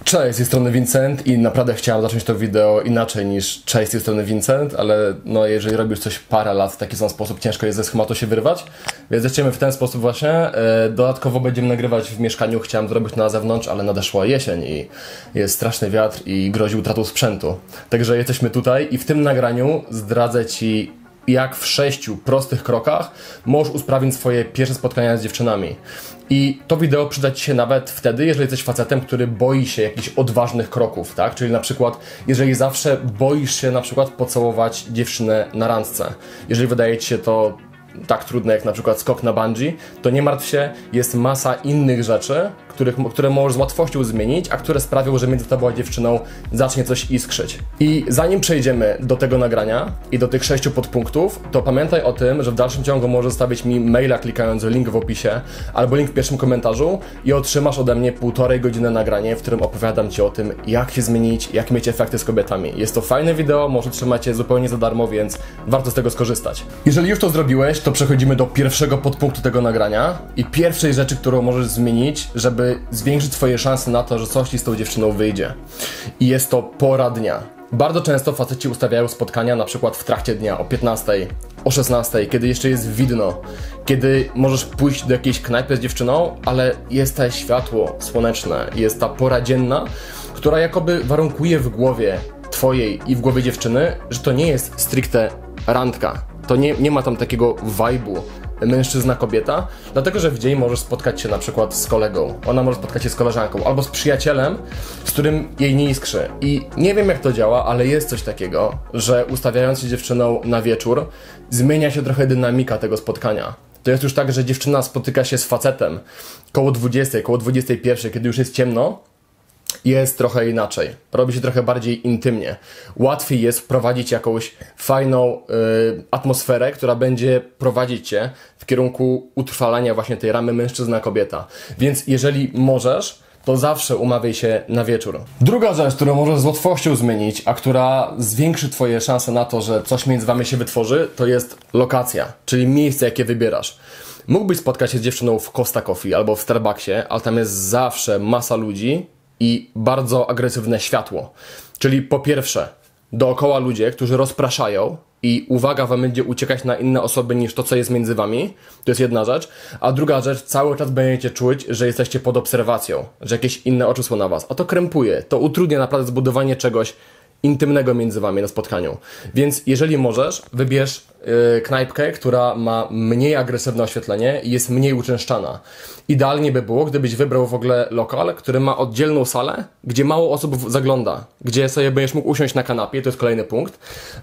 Cześć, z tej strony Vincent i naprawdę chciałem zacząć to wideo inaczej niż cześć, z tej strony Vincent, ale no jeżeli robisz coś parę lat w taki sam sposób, ciężko jest ze schematu się wyrwać, więc zaczniemy w ten sposób właśnie. Dodatkowo będziemy nagrywać w mieszkaniu, chciałem zrobić na zewnątrz, ale nadeszła jesień i jest straszny wiatr i grozi utratą sprzętu. Także jesteśmy tutaj i w tym nagraniu zdradzę Ci, jak w 6 prostych krokach możesz usprawnić swoje pierwsze spotkania z dziewczynami. I to wideo przyda Ci się nawet wtedy, jeżeli jesteś facetem, który boi się jakichś odważnych kroków, tak? Czyli na przykład, jeżeli zawsze boisz się na przykład pocałować dziewczynę na randce. Jeżeli wydaje Ci się to tak trudne jak na przykład skok na bungee, to nie martw się, jest masa innych rzeczy, które możesz z łatwością zmienić, a które sprawią, że między tobą a dziewczyną zacznie coś iskrzyć. I zanim przejdziemy do tego nagrania i do tych 6 podpunktów, to pamiętaj o tym, że w dalszym ciągu możesz zostawić mi maila klikając link w opisie albo link w pierwszym komentarzu i otrzymasz ode mnie 1,5 godziny nagranie, w którym opowiadam Ci o tym, jak się zmienić, jak mieć efekty z kobietami. Jest to fajne wideo, może otrzymać je zupełnie za darmo, więc warto z tego skorzystać. Jeżeli już to zrobiłeś, to przechodzimy do pierwszego podpunktu tego nagrania i pierwszej rzeczy, którą możesz zmienić, żeby zwiększyć Twoje szanse na to, że coś Ci z tą dziewczyną wyjdzie. I jest to pora dnia. Bardzo często faceci ustawiają spotkania na przykład w trakcie dnia o 15, o 16, kiedy jeszcze jest widno, kiedy możesz pójść do jakiejś knajpy z dziewczyną, ale jest to światło słoneczne, jest ta pora dzienna, która jakoby warunkuje w głowie Twojej i w głowie dziewczyny, że to nie jest stricte randka. To nie ma tam takiego vibe'u mężczyzna-kobieta, dlatego że w dzień możesz spotkać się na przykład z kolegą, ona może spotkać się z koleżanką albo z przyjacielem, z którym jej nie iskrzy. I nie wiem jak to działa, ale jest coś takiego, że ustawiając się dziewczyną na wieczór, zmienia się trochę dynamika tego spotkania. To jest już tak, że dziewczyna spotyka się z facetem koło 20, koło 21, kiedy już jest ciemno, jest trochę inaczej. Robi się trochę bardziej intymnie. Łatwiej jest wprowadzić jakąś fajną atmosferę, która będzie prowadzić Cię w kierunku utrwalania właśnie tej ramy mężczyzna-kobieta. Więc jeżeli możesz, to zawsze umawiaj się na wieczór. Druga rzecz, którą możesz z łatwością zmienić, a która zwiększy Twoje szanse na to, że coś między Wami się wytworzy, to jest lokacja, czyli miejsce, jakie wybierasz. Mógłbyś spotkać się z dziewczyną w Costa Coffee albo w Starbucksie, ale tam jest zawsze masa ludzi i bardzo agresywne światło. Czyli po pierwsze, dookoła ludzie, którzy rozpraszają i uwaga wam będzie uciekać na inne osoby niż to, co jest między wami. To jest jedna rzecz. A druga rzecz, cały czas będziecie czuć, że jesteście pod obserwacją, że jakieś inne oczy są na was. A to krępuje, to utrudnia naprawdę zbudowanie czegoś intymnego między wami na spotkaniu. Więc jeżeli możesz, wybierz knajpkę, która ma mniej agresywne oświetlenie i jest mniej uczęszczana. Idealnie by było, gdybyś wybrał w ogóle lokal, który ma oddzielną salę, gdzie mało osób zagląda, gdzie sobie będziesz mógł usiąść na kanapie, to jest kolejny punkt,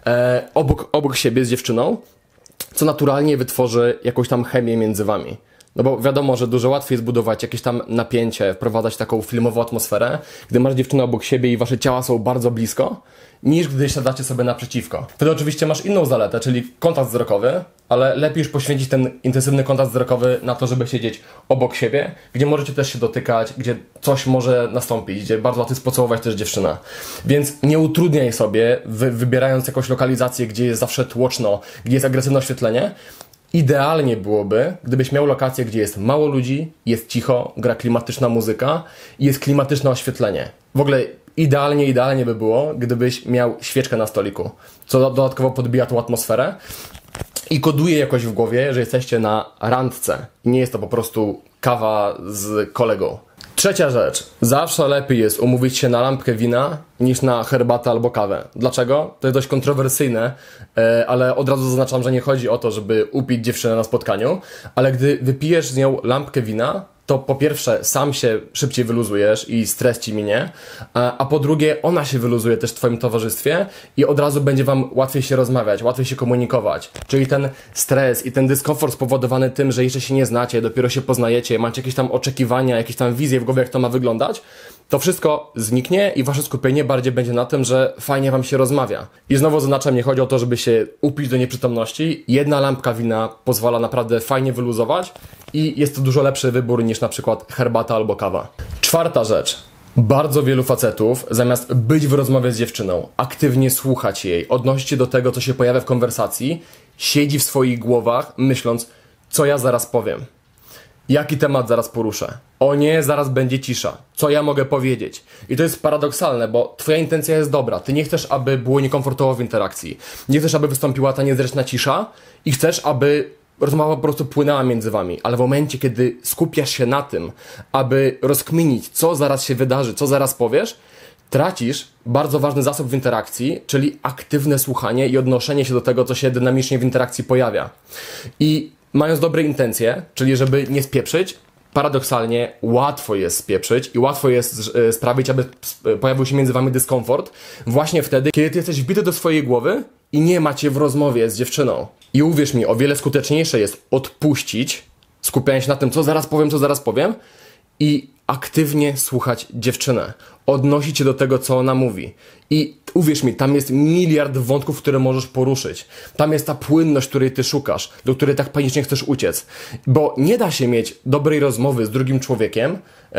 obok siebie z dziewczyną, co naturalnie wytworzy jakąś tam chemię między wami. No bo wiadomo, że dużo łatwiej jest budować jakieś tam napięcie, wprowadzać taką filmową atmosferę, gdy masz dziewczynę obok siebie i wasze ciała są bardzo blisko, niż gdy siadacie sobie naprzeciwko. Wtedy oczywiście masz inną zaletę, czyli kontakt wzrokowy, ale lepiej już poświęcić ten intensywny kontakt wzrokowy na to, żeby siedzieć obok siebie, gdzie możecie też się dotykać, gdzie coś może nastąpić, gdzie bardzo łatwo jest pocałować też dziewczyna. Więc nie utrudniaj sobie, wybierając jakąś lokalizację, gdzie jest zawsze tłoczno, gdzie jest agresywne oświetlenie. Idealnie byłoby, gdybyś miał lokację, gdzie jest mało ludzi, jest cicho, gra klimatyczna muzyka i jest klimatyczne oświetlenie. W ogóle idealnie by było, gdybyś miał świeczkę na stoliku, co dodatkowo podbija tą atmosferę i koduje jakoś w głowie, że jesteście na randce. Nie jest to po prostu kawa z kolegą. Trzecia rzecz. Zawsze lepiej jest umówić się na lampkę wina niż na herbatę albo kawę. Dlaczego? To jest dość kontrowersyjne, ale od razu zaznaczam, że nie chodzi o to, żeby upić dziewczynę na spotkaniu, ale gdy wypijesz z nią lampkę wina, to po pierwsze sam się szybciej wyluzujesz i stres ci minie, a po drugie ona się wyluzuje też w twoim towarzystwie i od razu będzie wam łatwiej się rozmawiać, łatwiej się komunikować. Czyli ten stres i ten dyskomfort spowodowany tym, że jeszcze się nie znacie, dopiero się poznajecie, macie jakieś tam oczekiwania, jakieś tam wizje w głowie, jak to ma wyglądać, to wszystko zniknie i wasze skupienie bardziej będzie na tym, że fajnie wam się rozmawia. I znowu zaznaczam, nie chodzi o to, żeby się upić do nieprzytomności. Jedna lampka wina pozwala naprawdę fajnie wyluzować i jest to dużo lepszy wybór niż na przykład herbata albo kawa. Czwarta rzecz. Bardzo wielu facetów, zamiast być w rozmowie z dziewczyną, aktywnie słuchać jej, odnosić się do tego, co się pojawia w konwersacji, siedzi w swoich głowach, myśląc, co ja zaraz powiem. Jaki temat zaraz poruszę? O nie, zaraz będzie cisza. Co ja mogę powiedzieć? I to jest paradoksalne, bo twoja intencja jest dobra. Ty nie chcesz, aby było niekomfortowo w interakcji. Nie chcesz, aby wystąpiła ta niezręczna cisza i chcesz, aby rozmowa po prostu płynęła między wami. Ale w momencie, kiedy skupiasz się na tym, aby rozkminić, co zaraz się wydarzy, co zaraz powiesz, tracisz bardzo ważny zasób w interakcji, czyli aktywne słuchanie i odnoszenie się do tego, co się dynamicznie w interakcji pojawia. I mając dobre intencje, czyli żeby nie spieprzyć, paradoksalnie łatwo jest spieprzyć i łatwo jest sprawić, aby pojawił się między wami dyskomfort właśnie wtedy, kiedy ty jesteś wbity do swojej głowy i nie macie w rozmowie z dziewczyną. I uwierz mi, o wiele skuteczniejsze jest odpuścić, skupiając się na tym, co zaraz powiem i aktywnie słuchać dziewczynę. Odnosić się do tego, co ona mówi. I uwierz mi, tam jest miliard wątków, które możesz poruszyć. Tam jest ta płynność, której ty szukasz, do której tak panicznie chcesz uciec. Bo nie da się mieć dobrej rozmowy z drugim człowiekiem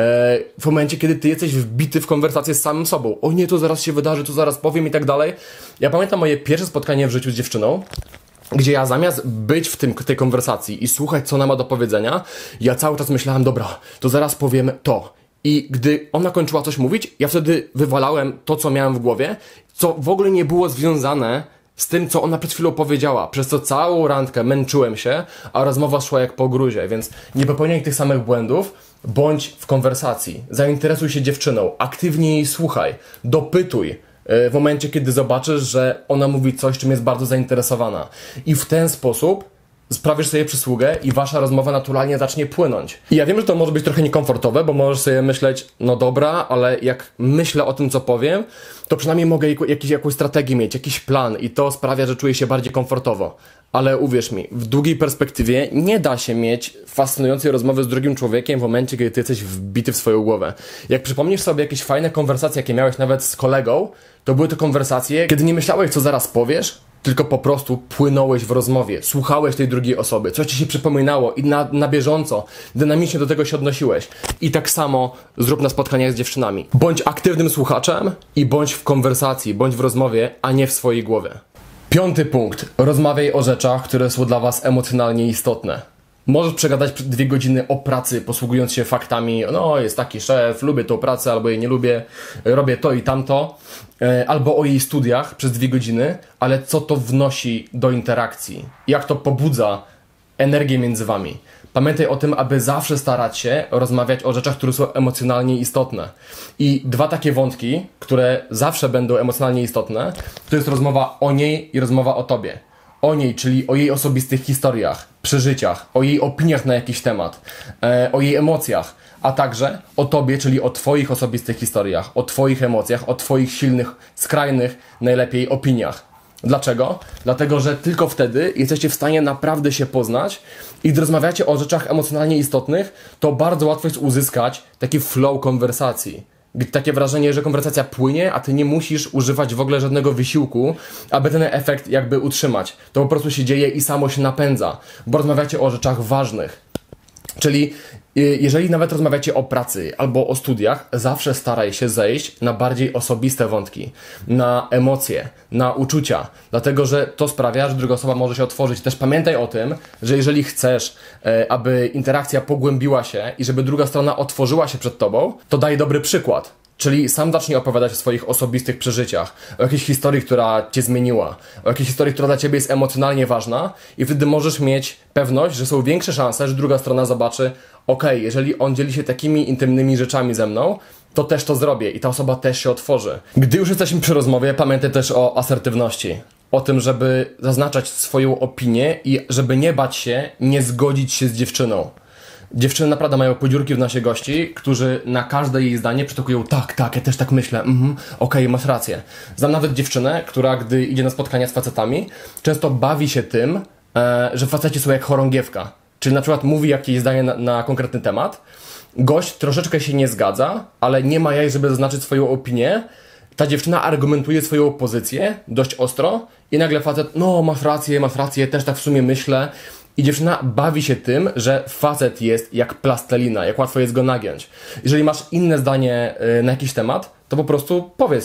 w momencie, kiedy ty jesteś wbity w konwersację z samym sobą. O nie, to zaraz się wydarzy, to zaraz powiem i tak dalej. Ja pamiętam moje pierwsze spotkanie w życiu z dziewczyną, gdzie ja zamiast być w tej konwersacji i słuchać, co ona ma do powiedzenia, ja cały czas myślałem, dobra, to zaraz powiem to. I gdy ona kończyła coś mówić, ja wtedy wywalałem to, co miałem w głowie, co w ogóle nie było związane z tym, co ona przed chwilą powiedziała. Przez co całą randkę męczyłem się, a rozmowa szła jak po gruzie, więc nie popełniaj tych samych błędów, bądź w konwersacji. Zainteresuj się dziewczyną, aktywnie jej słuchaj, dopytuj w momencie, kiedy zobaczysz, że ona mówi coś, czym jest bardzo zainteresowana. I w ten sposób sprawisz sobie przysługę i wasza rozmowa naturalnie zacznie płynąć. I ja wiem, że to może być trochę niekomfortowe, bo możesz sobie myśleć, no dobra, ale jak myślę o tym, co powiem, to przynajmniej mogę jakąś strategię mieć, jakiś plan i to sprawia, że czuję się bardziej komfortowo. Ale uwierz mi, w długiej perspektywie nie da się mieć fascynującej rozmowy z drugim człowiekiem w momencie, kiedy ty jesteś wbity w swoją głowę. Jak przypomnisz sobie jakieś fajne konwersacje, jakie miałeś nawet z kolegą, to były to konwersacje, kiedy nie myślałeś, co zaraz powiesz, tylko po prostu płynąłeś w rozmowie, słuchałeś tej drugiej osoby, coś ci się przypominało i na bieżąco, dynamicznie do tego się odnosiłeś. I tak samo zrób na spotkaniach z dziewczynami. Bądź aktywnym słuchaczem i bądź w konwersacji, bądź w rozmowie, a nie w swojej głowie. 5. punkt. Rozmawiaj o rzeczach, które są dla was emocjonalnie istotne. Możesz przegadać 2 godziny o pracy, posługując się faktami, no jest taki szef, lubię tą pracę, albo jej nie lubię, robię to i tamto, albo o jej studiach przez 2 godziny, ale co to wnosi do interakcji? Jak to pobudza energię między wami? Pamiętaj o tym, aby zawsze starać się rozmawiać o rzeczach, które są emocjonalnie istotne. I 2 takie wątki, które zawsze będą emocjonalnie istotne, to jest rozmowa o niej i rozmowa o tobie. O niej, czyli o jej osobistych historiach, przeżyciach, o jej opiniach na jakiś temat, o jej emocjach, a także o tobie, czyli o twoich osobistych historiach, o twoich emocjach, o twoich silnych, skrajnych, najlepiej opiniach. Dlaczego? Dlatego, że tylko wtedy jesteście w stanie naprawdę się poznać i gdy rozmawiacie o rzeczach emocjonalnie istotnych, to bardzo łatwo jest uzyskać taki flow konwersacji. Takie wrażenie, że konwersacja płynie, a ty nie musisz używać w ogóle żadnego wysiłku, aby ten efekt jakby utrzymać. To po prostu się dzieje i samo się napędza, bo rozmawiacie o rzeczach ważnych. Czyli jeżeli nawet rozmawiacie o pracy albo o studiach, zawsze staraj się zejść na bardziej osobiste wątki, na emocje, na uczucia, dlatego że to sprawia, że druga osoba może się otworzyć. Też pamiętaj o tym, że jeżeli chcesz, aby interakcja pogłębiła się i żeby druga strona otworzyła się przed tobą, to daj dobry przykład. Czyli sam zacznij opowiadać o swoich osobistych przeżyciach, o jakiejś historii, która cię zmieniła, o jakiejś historii, która dla ciebie jest emocjonalnie ważna i wtedy możesz mieć pewność, że są większe szanse, że druga strona zobaczy, okej, jeżeli on dzieli się takimi intymnymi rzeczami ze mną, to też to zrobię i ta osoba też się otworzy. Gdy już jesteśmy przy rozmowie, pamiętaj też o asertywności. O tym, żeby zaznaczać swoją opinię i żeby nie bać się, nie zgodzić się z dziewczyną. Dziewczyny naprawdę mają podziurki w naszej gości, którzy na każde jej zdanie przytakują tak, ja też tak myślę, okej, masz rację. Znam nawet dziewczynę, która gdy idzie na spotkania z facetami, często bawi się tym, że faceci są jak chorągiewka. Czyli na przykład mówi jakieś zdanie na konkretny temat, gość troszeczkę się nie zgadza, ale nie ma jaj, żeby zaznaczyć swoją opinię, ta dziewczyna argumentuje swoją pozycję dość ostro i nagle facet, no masz rację, też tak w sumie myślę. I dziewczyna bawi się tym, że facet jest jak plastelina, jak łatwo jest go nagiąć. Jeżeli masz inne zdanie na jakiś temat, to po prostu powiedz to.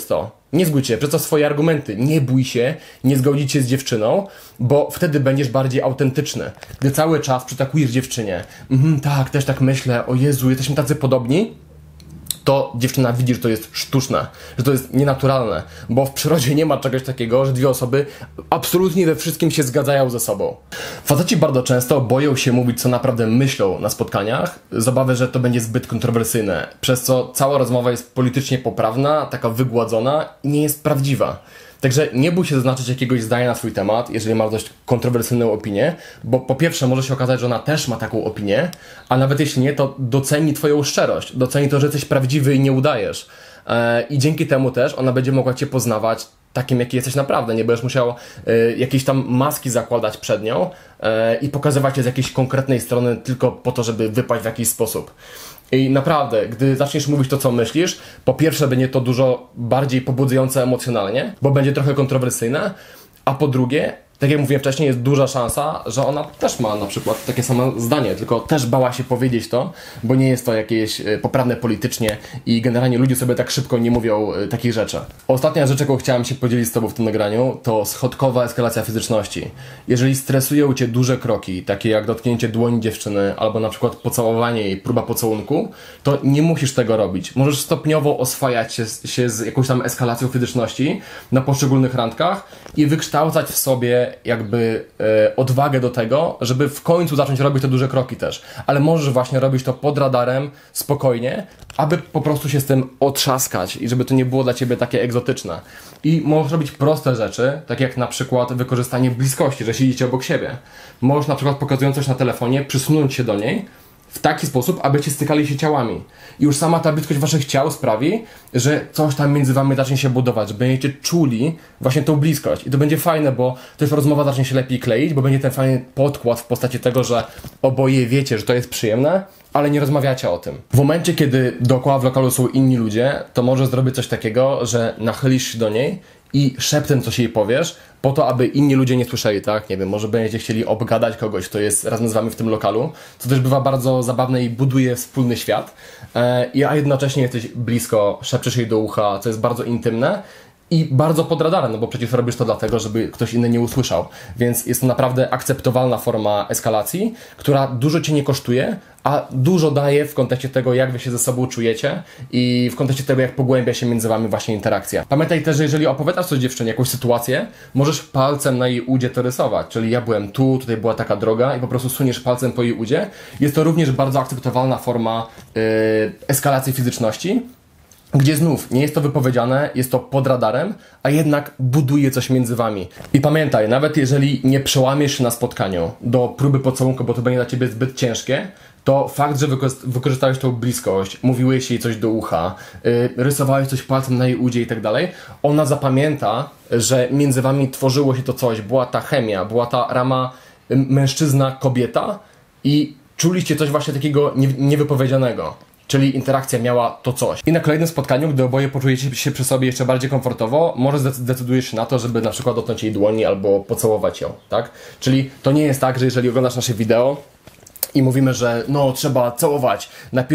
Nie zgódź się, przedstaw swoje argumenty. Nie bój się nie zgodzić się z dziewczyną, bo wtedy będziesz bardziej autentyczny. Gdy cały czas przytakujesz dziewczynie, tak, też tak myślę, o Jezu, jesteśmy tacy podobni, to dziewczyna widzi, że to jest sztuczne, że to jest nienaturalne, bo w przyrodzie nie ma czegoś takiego, że dwie osoby absolutnie we wszystkim się zgadzają ze sobą. Faceci bardzo często boją się mówić, co naprawdę myślą na spotkaniach, z obawy, że to będzie zbyt kontrowersyjne, przez co cała rozmowa jest politycznie poprawna, taka wygładzona i nie jest prawdziwa. Także nie bój się zaznaczyć jakiegoś zdania na swój temat, jeżeli masz dość kontrowersyjną opinię, bo po pierwsze może się okazać, że ona też ma taką opinię, a nawet jeśli nie, to doceni twoją szczerość, doceni to, że jesteś prawdziwy i nie udajesz. I dzięki temu też ona będzie mogła cię poznawać takim, jaki jesteś naprawdę. Nie będziesz musiał jakieś tam maski zakładać przed nią i pokazywać je z jakiejś konkretnej strony tylko po to, żeby wypaść w jakiś sposób. I naprawdę, gdy zaczniesz mówić to, co myślisz, po pierwsze będzie to dużo bardziej pobudzające emocjonalnie, bo będzie trochę kontrowersyjne, a po drugie, tak jak mówiłem wcześniej, jest duża szansa, że ona też ma na przykład takie samo zdanie, tylko też bała się powiedzieć to, bo nie jest to jakieś poprawne politycznie i generalnie ludzie sobie tak szybko nie mówią takich rzeczy. Ostatnia rzecz, jaką chciałem się podzielić z Tobą w tym nagraniu, to schodkowa eskalacja fizyczności. Jeżeli stresują Cię duże kroki, takie jak dotknięcie dłoni dziewczyny, albo na przykład pocałowanie jej, próba pocałunku, to nie musisz tego robić. Możesz stopniowo oswajać się z jakąś tam eskalacją fizyczności na poszczególnych randkach i wykształcać w sobie jakby odwagę do tego, żeby w końcu zacząć robić te duże kroki też. Ale możesz właśnie robić to pod radarem, spokojnie, aby po prostu się z tym otrzaskać i żeby to nie było dla Ciebie takie egzotyczne. I możesz robić proste rzeczy, tak jak na przykład wykorzystanie bliskości, że siedzicie obok siebie. Możesz na przykład pokazując coś na telefonie, przysunąć się do niej w taki sposób, abyście stykali się ciałami. I już sama ta bliskość waszych ciał sprawi, że coś tam między wami zacznie się budować, że będziecie czuli właśnie tą bliskość. I to będzie fajne, bo też rozmowa zacznie się lepiej kleić, bo będzie ten fajny podkład w postaci tego, że oboje wiecie, że to jest przyjemne, ale nie rozmawiacie o tym. W momencie, kiedy dookoła w lokalu są inni ludzie, to możesz zrobić coś takiego, że nachylisz się do niej i szeptem coś jej powiesz, po to, aby inni ludzie nie słyszeli, tak? Nie wiem, może będziecie chcieli obgadać kogoś, kto jest razem z wami w tym lokalu, co też bywa bardzo zabawne i buduje wspólny świat, a jednocześnie jesteś blisko, szepczesz jej do ucha, co jest bardzo intymne i bardzo pod radarem, no bo przecież robisz to dlatego, żeby ktoś inny nie usłyszał. Więc jest to naprawdę akceptowalna forma eskalacji, która dużo cię nie kosztuje, a dużo daje w kontekście tego, jak wy się ze sobą czujecie i w kontekście tego, jak pogłębia się między wami właśnie interakcja. Pamiętaj też, że jeżeli opowiadasz coś dziewczynie, jakąś sytuację, możesz palcem na jej udzie to rysować, czyli ja byłem tu, tutaj była taka droga i po prostu suniesz palcem po jej udzie. Jest to również bardzo akceptowalna forma eskalacji fizyczności, gdzie znów nie jest to wypowiedziane, jest to pod radarem, a jednak buduje coś między wami. I pamiętaj, nawet jeżeli nie przełamiesz się na spotkaniu do próby pocałunku, bo to będzie dla ciebie zbyt ciężkie, to fakt, że wykorzystałeś tą bliskość, mówiłeś jej coś do ucha, rysowałeś coś palcem na jej udzie i tak dalej, ona zapamięta, że między wami tworzyło się to coś, była ta chemia, była ta rama mężczyzna-kobieta i czuliście coś właśnie takiego niewypowiedzianego. Czyli interakcja miała to coś. I na kolejnym spotkaniu, gdy oboje poczujecie się przy sobie jeszcze bardziej komfortowo, może zdecydujesz się na to, żeby na przykład dotknąć jej dłoni albo pocałować ją, tak? Czyli to nie jest tak, że jeżeli oglądasz nasze wideo i mówimy, że no trzeba całować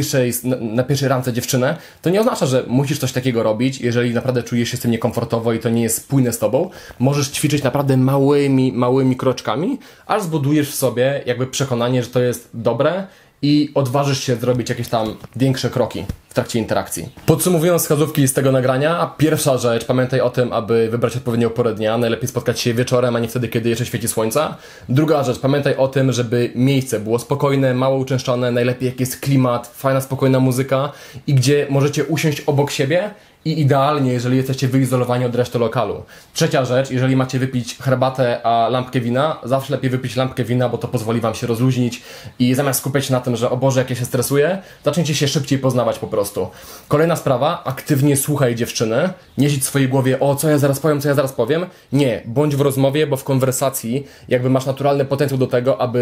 na pierwszej randce dziewczynę, to nie oznacza, że musisz coś takiego robić, jeżeli naprawdę czujesz się z tym niekomfortowo i to nie jest spójne z tobą. Możesz ćwiczyć naprawdę małymi kroczkami, aż zbudujesz w sobie jakby przekonanie, że to jest dobre i odważysz się zrobić jakieś tam większe kroki w trakcie interakcji. Podsumowując wskazówki z tego nagrania, pierwsza rzecz, pamiętaj o tym, aby wybrać odpowiednią porę dnia, najlepiej spotkać się wieczorem, a nie wtedy, kiedy jeszcze świeci słońce. Druga rzecz, pamiętaj o tym, żeby miejsce było spokojne, mało uczęszczane, najlepiej jak jest klimat, fajna, spokojna muzyka i gdzie możecie usiąść obok siebie i idealnie, jeżeli jesteście wyizolowani od reszty lokalu. Trzecia rzecz, jeżeli macie wypić herbatę, a lampkę wina, zawsze lepiej wypić lampkę wina, bo to pozwoli wam się rozluźnić i zamiast skupiać się na tym, że o Boże, jak ja się stresuję, zaczniecie się szybciej poznawać po prostu. Kolejna sprawa, aktywnie słuchaj dziewczyny, nie siedź w swojej głowie, o co ja zaraz powiem. Nie, bądź w rozmowie, bo w konwersacji jakby masz naturalny potencjał do tego, aby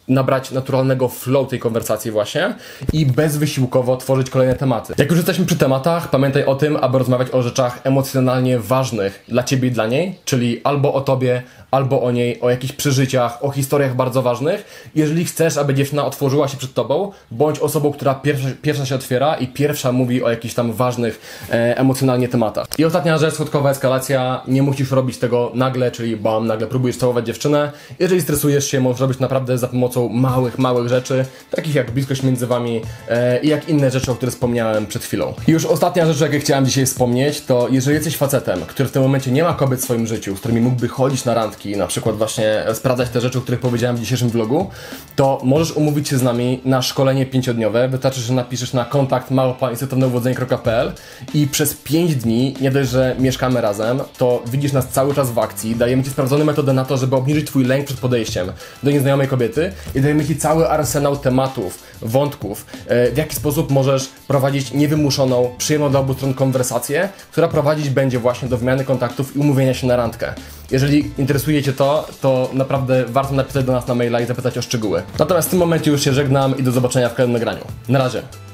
nabrać naturalnego flow tej konwersacji właśnie i bezwysiłkowo tworzyć kolejne tematy. Jak już jesteśmy przy tematach, pamiętaj o tym, aby rozmawiać o rzeczach emocjonalnie ważnych dla ciebie i dla niej, czyli albo o tobie, albo o niej, o jakichś przeżyciach, o historiach bardzo ważnych. Jeżeli chcesz, aby dziewczyna otworzyła się przed tobą, bądź osobą, która pierwsza się otwiera i pierwsza mówi o jakichś tam ważnych emocjonalnie tematach. I ostatnia rzecz, schodkowa eskalacja. Nie musisz robić tego nagle, czyli bam, nagle próbujesz całować dziewczynę. Jeżeli stresujesz się, możesz robić naprawdę za pomocą małych rzeczy, takich jak bliskość między wami i jak inne rzeczy, o których wspomniałem przed chwilą. I już ostatnia rzecz, jaką chciałem dzisiaj wspomnieć, to jeżeli jesteś facetem, który w tym momencie nie ma kobiet w swoim życiu, z którymi mógłby chodzić na randki, na przykład właśnie sprawdzać te rzeczy, o których powiedziałem w dzisiejszym vlogu, to możesz umówić się z nami na szkolenie 5-dniowe. Wystarczy, że napiszesz na kontakt@instynktownewodzenie.pl i przez 5 dni, nie dość, że mieszkamy razem, to widzisz nas cały czas w akcji, dajemy Ci sprawdzoną metodę na to, żeby obniżyć Twój lęk przed podejściem do nieznajomej kobiety i dajemy Ci cały arsenał tematów, wątków, w jaki sposób możesz prowadzić niewymuszoną, przyjemną dla obu stron konwersację, która prowadzić będzie właśnie do wymiany kontaktów i umówienia się na randkę. Jeżeli interesuje Cię to naprawdę warto napisać do nas na maila i zapytać o szczegóły. Natomiast w tym momencie już się żegnam i do zobaczenia w kolejnym nagraniu. Na razie.